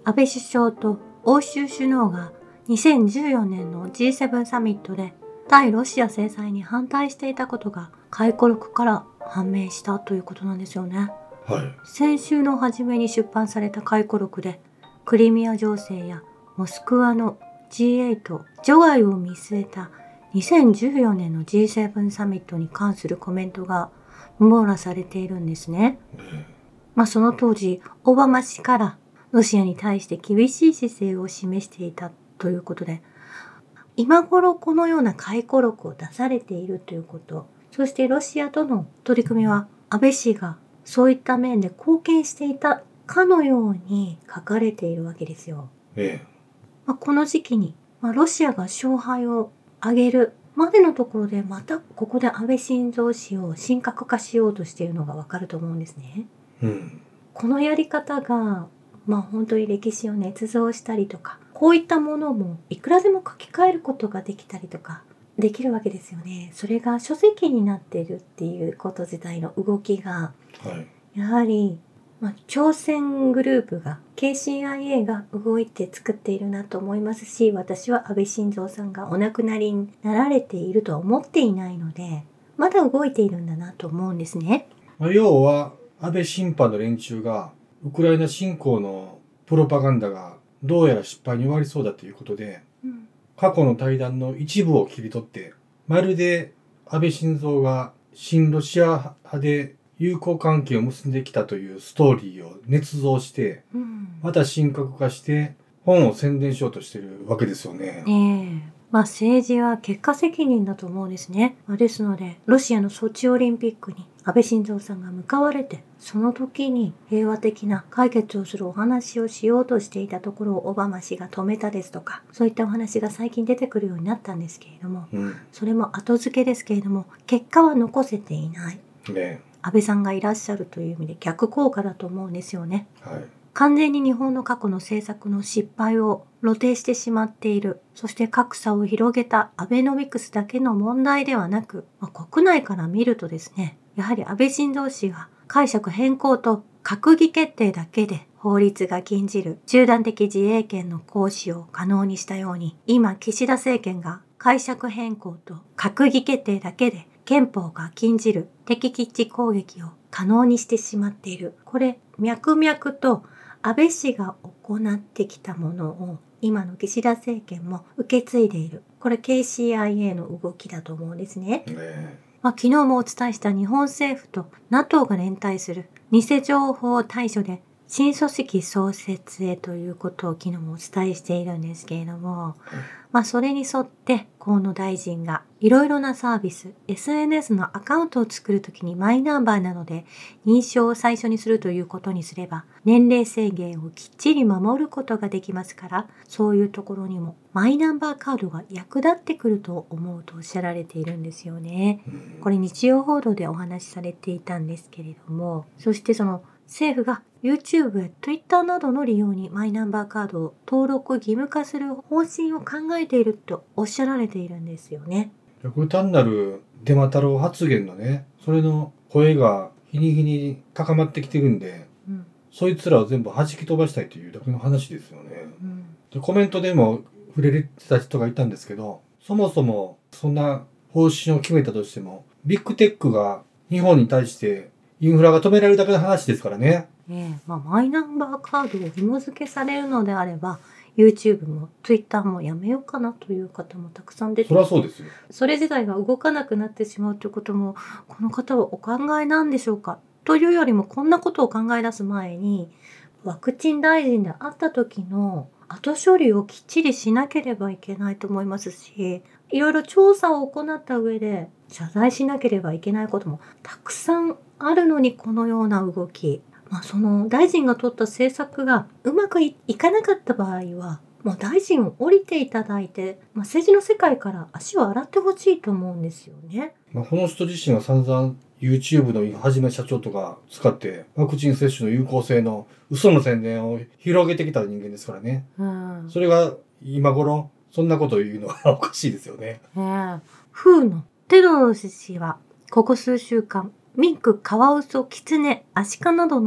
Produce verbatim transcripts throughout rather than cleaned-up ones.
安倍首相と欧州首脳がにせんじゅうよねんの ジーセブン サミットで対ロシア制裁に反対していたことが回顧録から判明したということなんですよね。 はい。 先週の初めに出版された回顧録で、クリミア情勢やモスクワの ジーエイト 除外を見据えたにせんじゅうよねんの ジーセブン サミットに関するコメントが網羅されているんですね。まあその当時オバマ氏からロシアに対して厳しい姿勢を示していたということで、今頃このような回顧録を出されているということ、そしてロシアとの取り組みは安倍氏がそういった面で貢献していたかのように書かれているわけですよ。 ええ。 まあ、この時期に、まあ、ロシアが勝敗を挙げるまでのところでまたここで安倍晋三氏を神格化しようとしているのがわかると思うんですね。 うん。 このやり方がまあ本当に歴史を捏造したりとか、こういったものもいくらでも書き換えることができたりとかできるわけですよね。それが書籍になっているっていうこと自体の動きが、 はい。 やはり、まあ、朝鮮グループが ケーシーアイエー が動いて作っているなと思いますし、私は安倍晋三さんがお亡くなりになられているとは思っていないので、まだ動いているんだなと思うんですね。 まあ、要は安倍審判の連中がウクライナ侵攻のプロパガンダがどうやら失敗に終わりそうだということで、 うん、 過去の対談の一部を切り取って、まるで安倍晋三が親ロシア派で友好関係を結んできたというストーリーを捏造して、 うん、 また神格化して本を宣伝しようとしてるわけですよね。 ええまあ政治は結果責任だと思うんですね。まあ、ですので、ロシアのソチオリンピックに安倍晋三さんが向かわれて、その時に平和的な解決をするお話をしようとしていたところをオバマ氏が止めたですとか、そういったお話が最近出てくるようになったんですけれども、 うん。 それも後付けですけれども、結果は残せていない。 ね。 安倍さんがいらっしゃるという意味で逆効果だと思うんですよね。 はい。 完全に日本の過去の政策の失敗を露呈してしまっている。そして格差を広げたアベノミクスだけの問題ではなく、まあ、国内から見るとですね、やはり安倍晋三氏が解釈変更と閣議決定だけで法律が禁じる集団的自衛権の行使を可能にしたように、今岸田政権が解釈変更と閣議決定だけで憲法が禁じる敵基地攻撃を可能にしてしまっている。これ、脈々と安倍氏が行ってきたものを今の岸田政権も受け継いでいる。これ ケーシーアイエー の動きだと思うんですね。 ね。 まあ、昨日もお伝えした日本政府と ナトー が連帯する偽情報対処で新組織創設へということを昨日もお伝えしているんですけれども、まあそれに沿って河野大臣がいろいろなサービス、エスエヌエス のアカウントを作るときにマイナンバーなどで認証を最初にするということにすれば年齢制限をきっちり守ることができますから、そういうところにもマイナンバーカードが役立ってくると思うとおっしゃられているんですよね。これ日曜報道でお話しされていたんですけれども、そしてその政府が YouTube や Twitter などの利用にマイナンバーカードを登録義務化する方針を考えているとおっしゃられているんですよね。 これ単なるデマ太郎発言のね、それの声が日に日に高まってきてるんで、 うん、 そいつらを全部弾き飛ばしたいというだけの話ですよね。 うん、 でコメントでも触れてた人がいたんですけど、そもそもそんな方針を決めたとしても、ビッグテックが日本に対してインフラが止められるだけの話ですからね。 ええまあ、マイナンバーカードを紐付けされるのであれば YouTube も Twitter もやめようかなという方もたくさん出てそりゃそうですよ。 それ自体が動かなくなってしまうということもこの方はお考えなんでしょうか。というよりもこんなことを考え出す前にワクチン大臣であった時の後処理をきっちりしなければいけないと思いますし、いろいろ調査を行った上で謝罪しなければいけないこともたくさんあるのに、このような動き、まあ、その大臣が取った政策がうまく い, いかなかった場合はもう大臣を降りていただいて、まあ、政治の世界から足を洗ってほしいと思うんですよね。 まあ、この人自身は散々 YouTube のはじめ社長とか使ってワクチン接種の有効性の嘘の宣伝を広げてきた人間ですからね。 うん、 それが今頃そんなことを言うのはおかしいですよね。 ねえ、フーのテドロス氏はここ数週間ミンク、カワウソ、キツネ、アシカなどの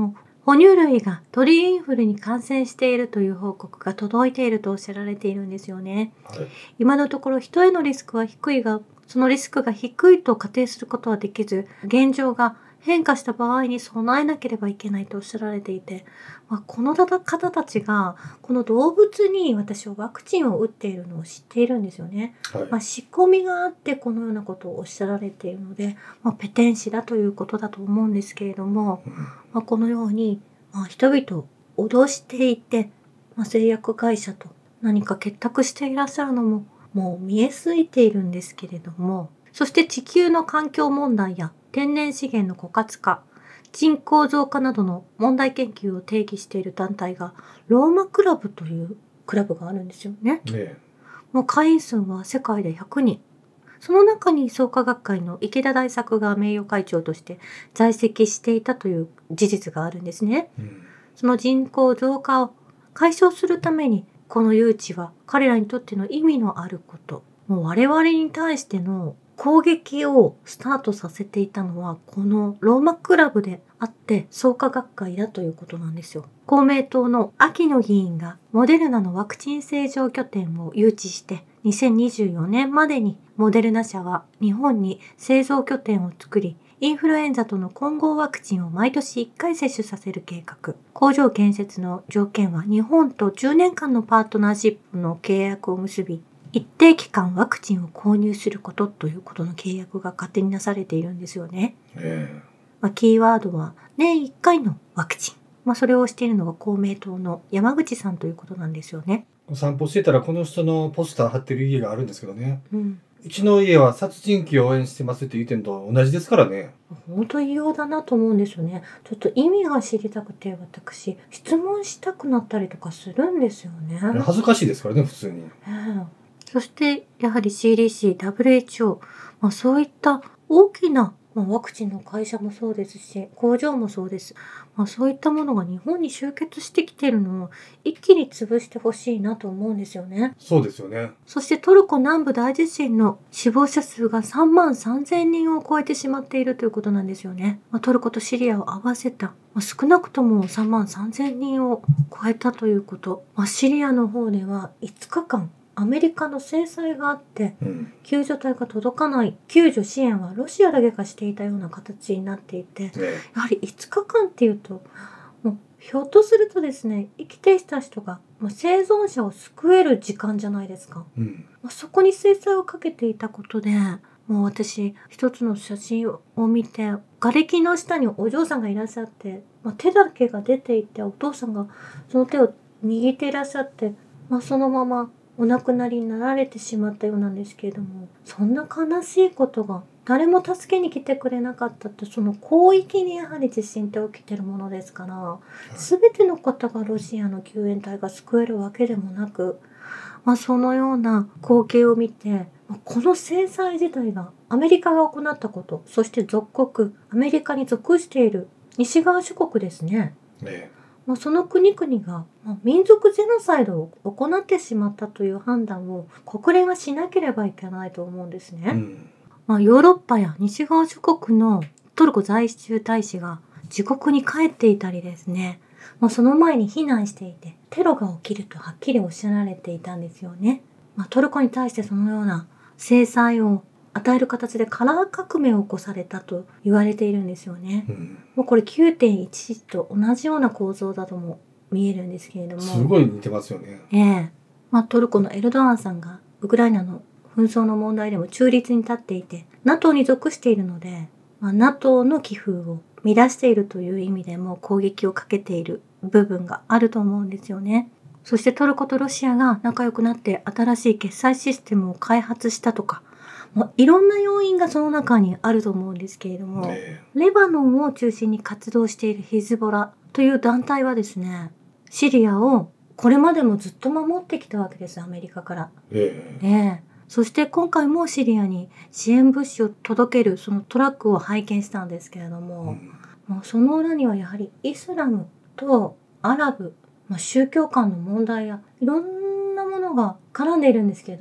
哺乳類が鳥インフルに感染しているという報告が届いているとおっしゃられているんですよね。 はい。 今のところ人へのリスクは低いが、そのリスクが低いと仮定することはできず、現状が変化した場合に備えなければいけないとおっしゃられていて、まあ、この方たちがこの動物に私はワクチンを打っているのを知っているんですよね。 はい。 まあ、仕込みがあってこのようなことをおっしゃられているので、まあ、ペテン師だということだと思うんですけれども、 うんまあ、このように、まあ、人々を脅していて、まあ、製薬会社と何か結託していらっしゃるのももう見えすいているんですけれども、そして地球の環境問題や天然資源の枯渇化、人口増加などの問題研究を提起している団体がローマクラブというクラブがあるんですよね。 ねもう会員数は世界でひゃくにん。その中に創価学会の池田大作が名誉会長として在籍していたという事実があるんですね。 え。うんその人口増加を解消するために、この誘致は彼らにとっての意味のあること。もう我々に対しての攻撃をスタートさせていたのは、このローマクラブであって創価学会だということなんですよ。公明党の秋野議員がモデルナのワクチン製造拠点を誘致して、にせんにじゅうよねんまでにモデルナ社は日本に製造拠点を作り、インフルエンザとの混合ワクチンを毎年いっかい接種させる計画。工場建設の条件は日本とじゅうねんかんのパートナーシップの契約を結び、一定期間ワクチンを購入することということの契約が勝手になされているんですよね。 えまあ、キーワードは年いっかいのワクチン。まあ、それをしているのが公明党の山口さんということなんですよね。 え。お散歩してたらこの人のポスター貼ってる家があるんですけどね。 うん。 うちの家は殺人鬼を応援してますって言ってんと同じですからね。 本当異様だなと思うんですよね。ちょっと意味が知りたくて私質問したくなったりとかするんですよね。 恥ずかしいですからね、普通に。 ええそしてやはり シーディーシー、ダブリューエイチオー、まあ、そういった大きな、まあ、ワクチンの会社もそうですし工場もそうです、まあ、そういったものが日本に集結してきているのを一気に潰してほしいなと思うんですよね。 そうですよね。 そしてトルコ南部大地震の死亡者数がさんまんさんぜんにんを超えてしまっているということなんですよね。まあ、トルコとシリアを合わせた、まあ、少なくともさんまんさんぜんにんを超えたということ。まあ、シリアの方ではいつかかんアメリカの制裁があってうん。 救助隊が届かない、救助支援はロシアだけがしていたような形になっていて、 ねえ。 やはりいつかかんっていうともうひょっとするとですね、生きていた人が、まあ、生存者を救える時間じゃないですか。 うん。 まあ、そこに制裁をかけていたことで、もう私一つの写真を見て、瓦礫の下にお嬢さんがいらっしゃって、まあ、手だけが出ていて、お父さんがその手を握っていらっしゃって、まあ、そのままお亡くなりになられてしまったようなんですけれども、そんな悲しいことが誰も助けに来てくれなかったって、その広域にやはり地震って起きてるものですから、全ての方がロシアの救援隊が救えるわけでもなく、まあ、そのような光景を見て、この制裁自体がアメリカが行ったこと、そして属国、アメリカに属している西側諸国ですね。 ねえ。 まあ、その国々がまあ民族ジェノサイドを行ってしまったという判断を国連はしなければいけないと思うんですね。 うん。 まあ、ヨーロッパや西側諸国のトルコ在住大使が自国に帰っていたりですね、まあ、その前に避難していてテロが起きるとはっきりおっしゃられていたんですよね。まあ、トルコに対してそのような制裁を与える形でカラー革命を起こされたと言われているんですよね。 うん。 もうこれ きゅうてんいちいち と同じような構造だとも見えるんですけれども。 すごい似てますよね。 ええ。まあ、トルコのエルドアンさんがウクライナの紛争の問題でも中立に立っていて、ナトー に属しているので、まあ、ナトー の寄付を乱しているという意味でも攻撃をかけている部分があると思うんですよね。そしてトルコとロシアが仲良くなって新しい決済システムを開発したとか、もういろんな要因がその中にあると思うんですけれども、 ねえ。 レバノンを中心に活動しているヒズボラという団体はですね、シリアをこれまでもずっと守ってきたわけです、アメリカから。 ええ。 ええ。そして今回もシリアに支援物資を届けるそのトラックを拝見したんですけれども、 うんもうその裏にはやはりイスラムとアラブ、まあ、宗教間の問題やいろんなものが絡んでいるんですけれども、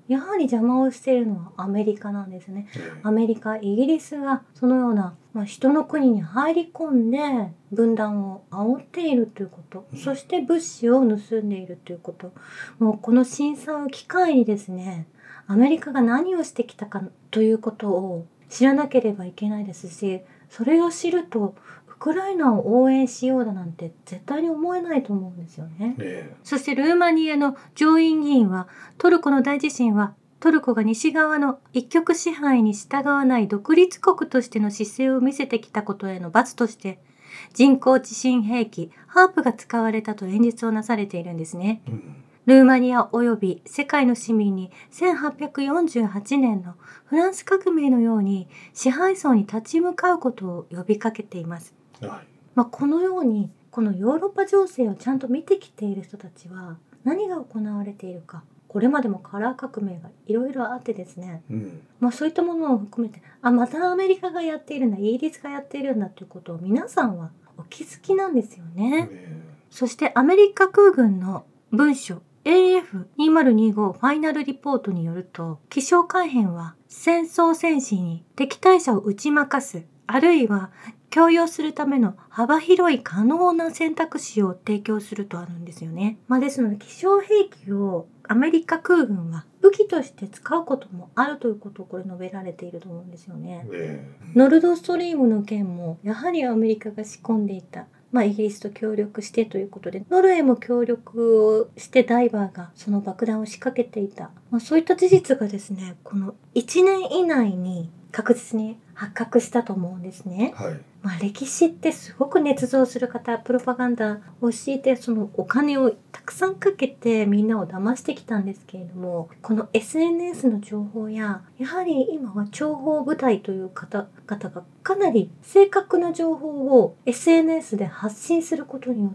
やはり邪魔をしているのはアメリカなんですね。 えアメリカ、イギリスがそのような、まあ、人の国に入り込んで分断を煽っているということ、 うんそして物資を盗んでいるということ、もうこの震災を機会にですね、アメリカが何をしてきたかということを知らなければいけないですし、それを知るとウクライナを応援しようだなんて絶対に思えないと思うんですよね。 えそしてルーマニアの上院議員は、トルコの大地震はトルコが西側の一極支配に従わない独立国としての姿勢を見せてきたことへの罰として、人工地震兵器ハープが使われたと演説をなされているんですね。 うんルーマニア及び世界の市民にせんはっぴゃくよんじゅうはちねんのフランス革命のように支配層に立ち向かうことを呼びかけています。 はいまあ、このようにこのヨーロッパ情勢をちゃんと見てきている人たちは何が行われているか、これまでもカラー革命がいろいろあってですね、 うんまあ、そういったものを含めて、あ、またアメリカがやっているんだ、イギリスがやっているんだということを皆さんはお気づきなんですよね。 えそしてアメリカ空軍の文書 エーエフにせんにじゅうご ファイナルリポートによると、気象改変は戦争戦士に敵対者を打ち負かす、あるいは強要するための幅広い可能な選択肢を提供するとあるんですよね。まあ、ですので気象兵器をアメリカ空軍は武器として使うこともあるということをこれ述べられていると思うんですよね。 えノルドストリームの件もやはりアメリカが仕込んでいた、まあ、イギリスと協力してということで、ノルウェーも協力をしてダイバーがその爆弾を仕掛けていた、まあ、そういった事実がですね、このいちねん以内に確実に発覚したと思うんですね。 はいまあ、歴史ってすごく捏造する方、プロパガンダを敷いて、そのお金をたくさんかけてみんなを騙してきたんですけれども、この エスエヌエス の情報や、やはり今は諜報部隊という方々がかなり正確な情報を エスエヌエス で発信することによって、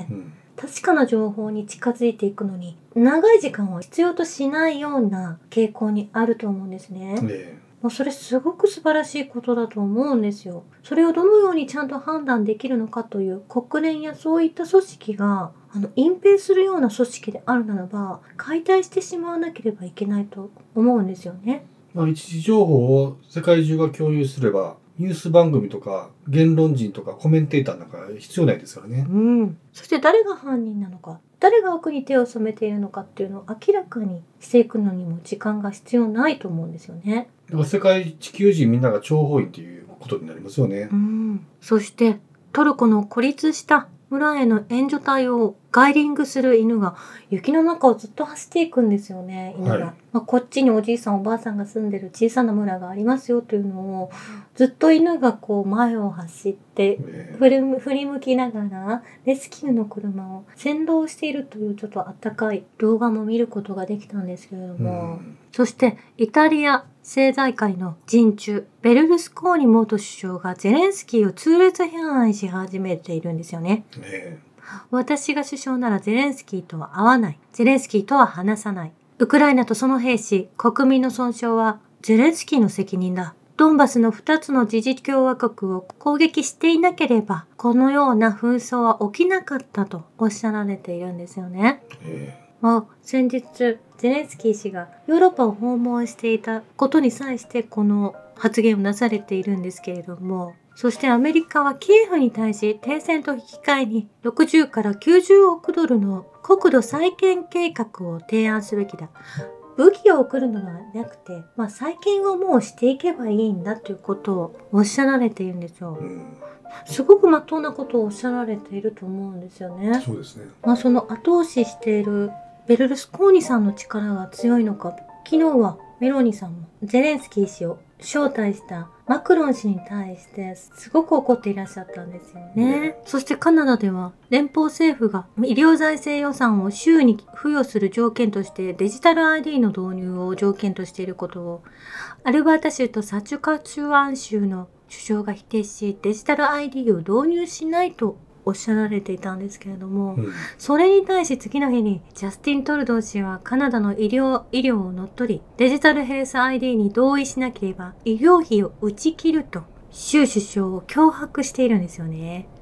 うん確かな情報に近づいていくのに、長い時間を必要としないような傾向にあると思うんですね。 えもうそれすごく素晴らしいことだと思うんですよ。それをどのようにちゃんと判断できるのかという国連やそういった組織があの隠蔽するような組織であるならば解体してしまわなければいけないと思うんですよね。 まあ、一時情報を世界中が共有すればニュース番組とか言論人とかコメンテーターなんか必要ないですからね。 うん。そして誰が犯人なのか、誰が悪に手を染めているのかっていうのを明らかにしていくのにも時間が必要ないと思うんですよね。 だから世界地球人みんなが諜報員っていうことになりますよねう。ん。そしてトルコの孤立した村への援助隊をガイリングする犬が雪の中をずっと走っていくんですよね、犬が。 はいまあ、こっちにおじいさんおばあさんが住んでる小さな村がありますよというのをずっと犬がこう前を走ってえ振り振り向きながらレスキューの車を先導しているというちょっとあったかい動画も見ることができたんですけれどうも、 んそしてイタリア政財界の人中ベルルスコーニ元首相がゼレンスキーを痛烈批判し始めているんですよね。 え私が首相ならゼレンスキーとは会わない。ゼレンスキーとは話さない。ウクライナとその兵士、国民の損傷はゼレンスキーの責任だ。ドンバスのふたつの自治共和国を攻撃していなければ、このような紛争は起きなかったとおっしゃられているんですよね。 えまあ、先日、ゼレンスキー氏がヨーロッパを訪問していたことに際してこの発言をなされているんですけれども、そしてアメリカはキエフに対し停戦と引き換えにろくじゅうからきゅうじゅうおくドルの国土再建計画を提案すべきだ。武器を送るのではなくて、まあ、再建をもうしていけばいいんだということをおっしゃられているんですよ。 うんすごく真っ当なことをおっしゃられていると思うんですよね。 そうですね。 まあ、その後押ししているベルルスコーニさんの力が強いのか、昨日はメローニさんもゼレンスキー氏を招待したマクロン氏に対してすごく怒っていらっしゃったんですよね。そしてカナダでは連邦政府が医療財政予算を州に付与する条件としてデジタル アイディー の導入を条件としていることをアルバータ州とサチュカチュワン州の首相が否定し、デジタル アイディー を導入しないとおっしゃられていたんですけれども、 うんそれに対し次の日にジャスティン・トルドー氏はカナダの医療、医療を乗っ取り、デジタルヘルス アイディー に同意しなければ医療費を打ち切ると州首相を脅迫しているんですよね。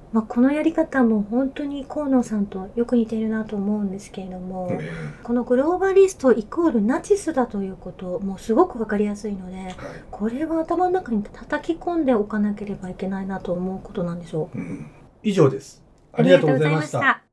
まあ、このやり方も本当に河野さんとよく似ているなと思うんですけれども、 えこのグローバリストイコールナチスだということもすごくわかりやすいので、 ーはいこれは頭の中に叩き込んでおかなければいけないなと思うことなんでしょう。 うん、以上です。ありがとうございました。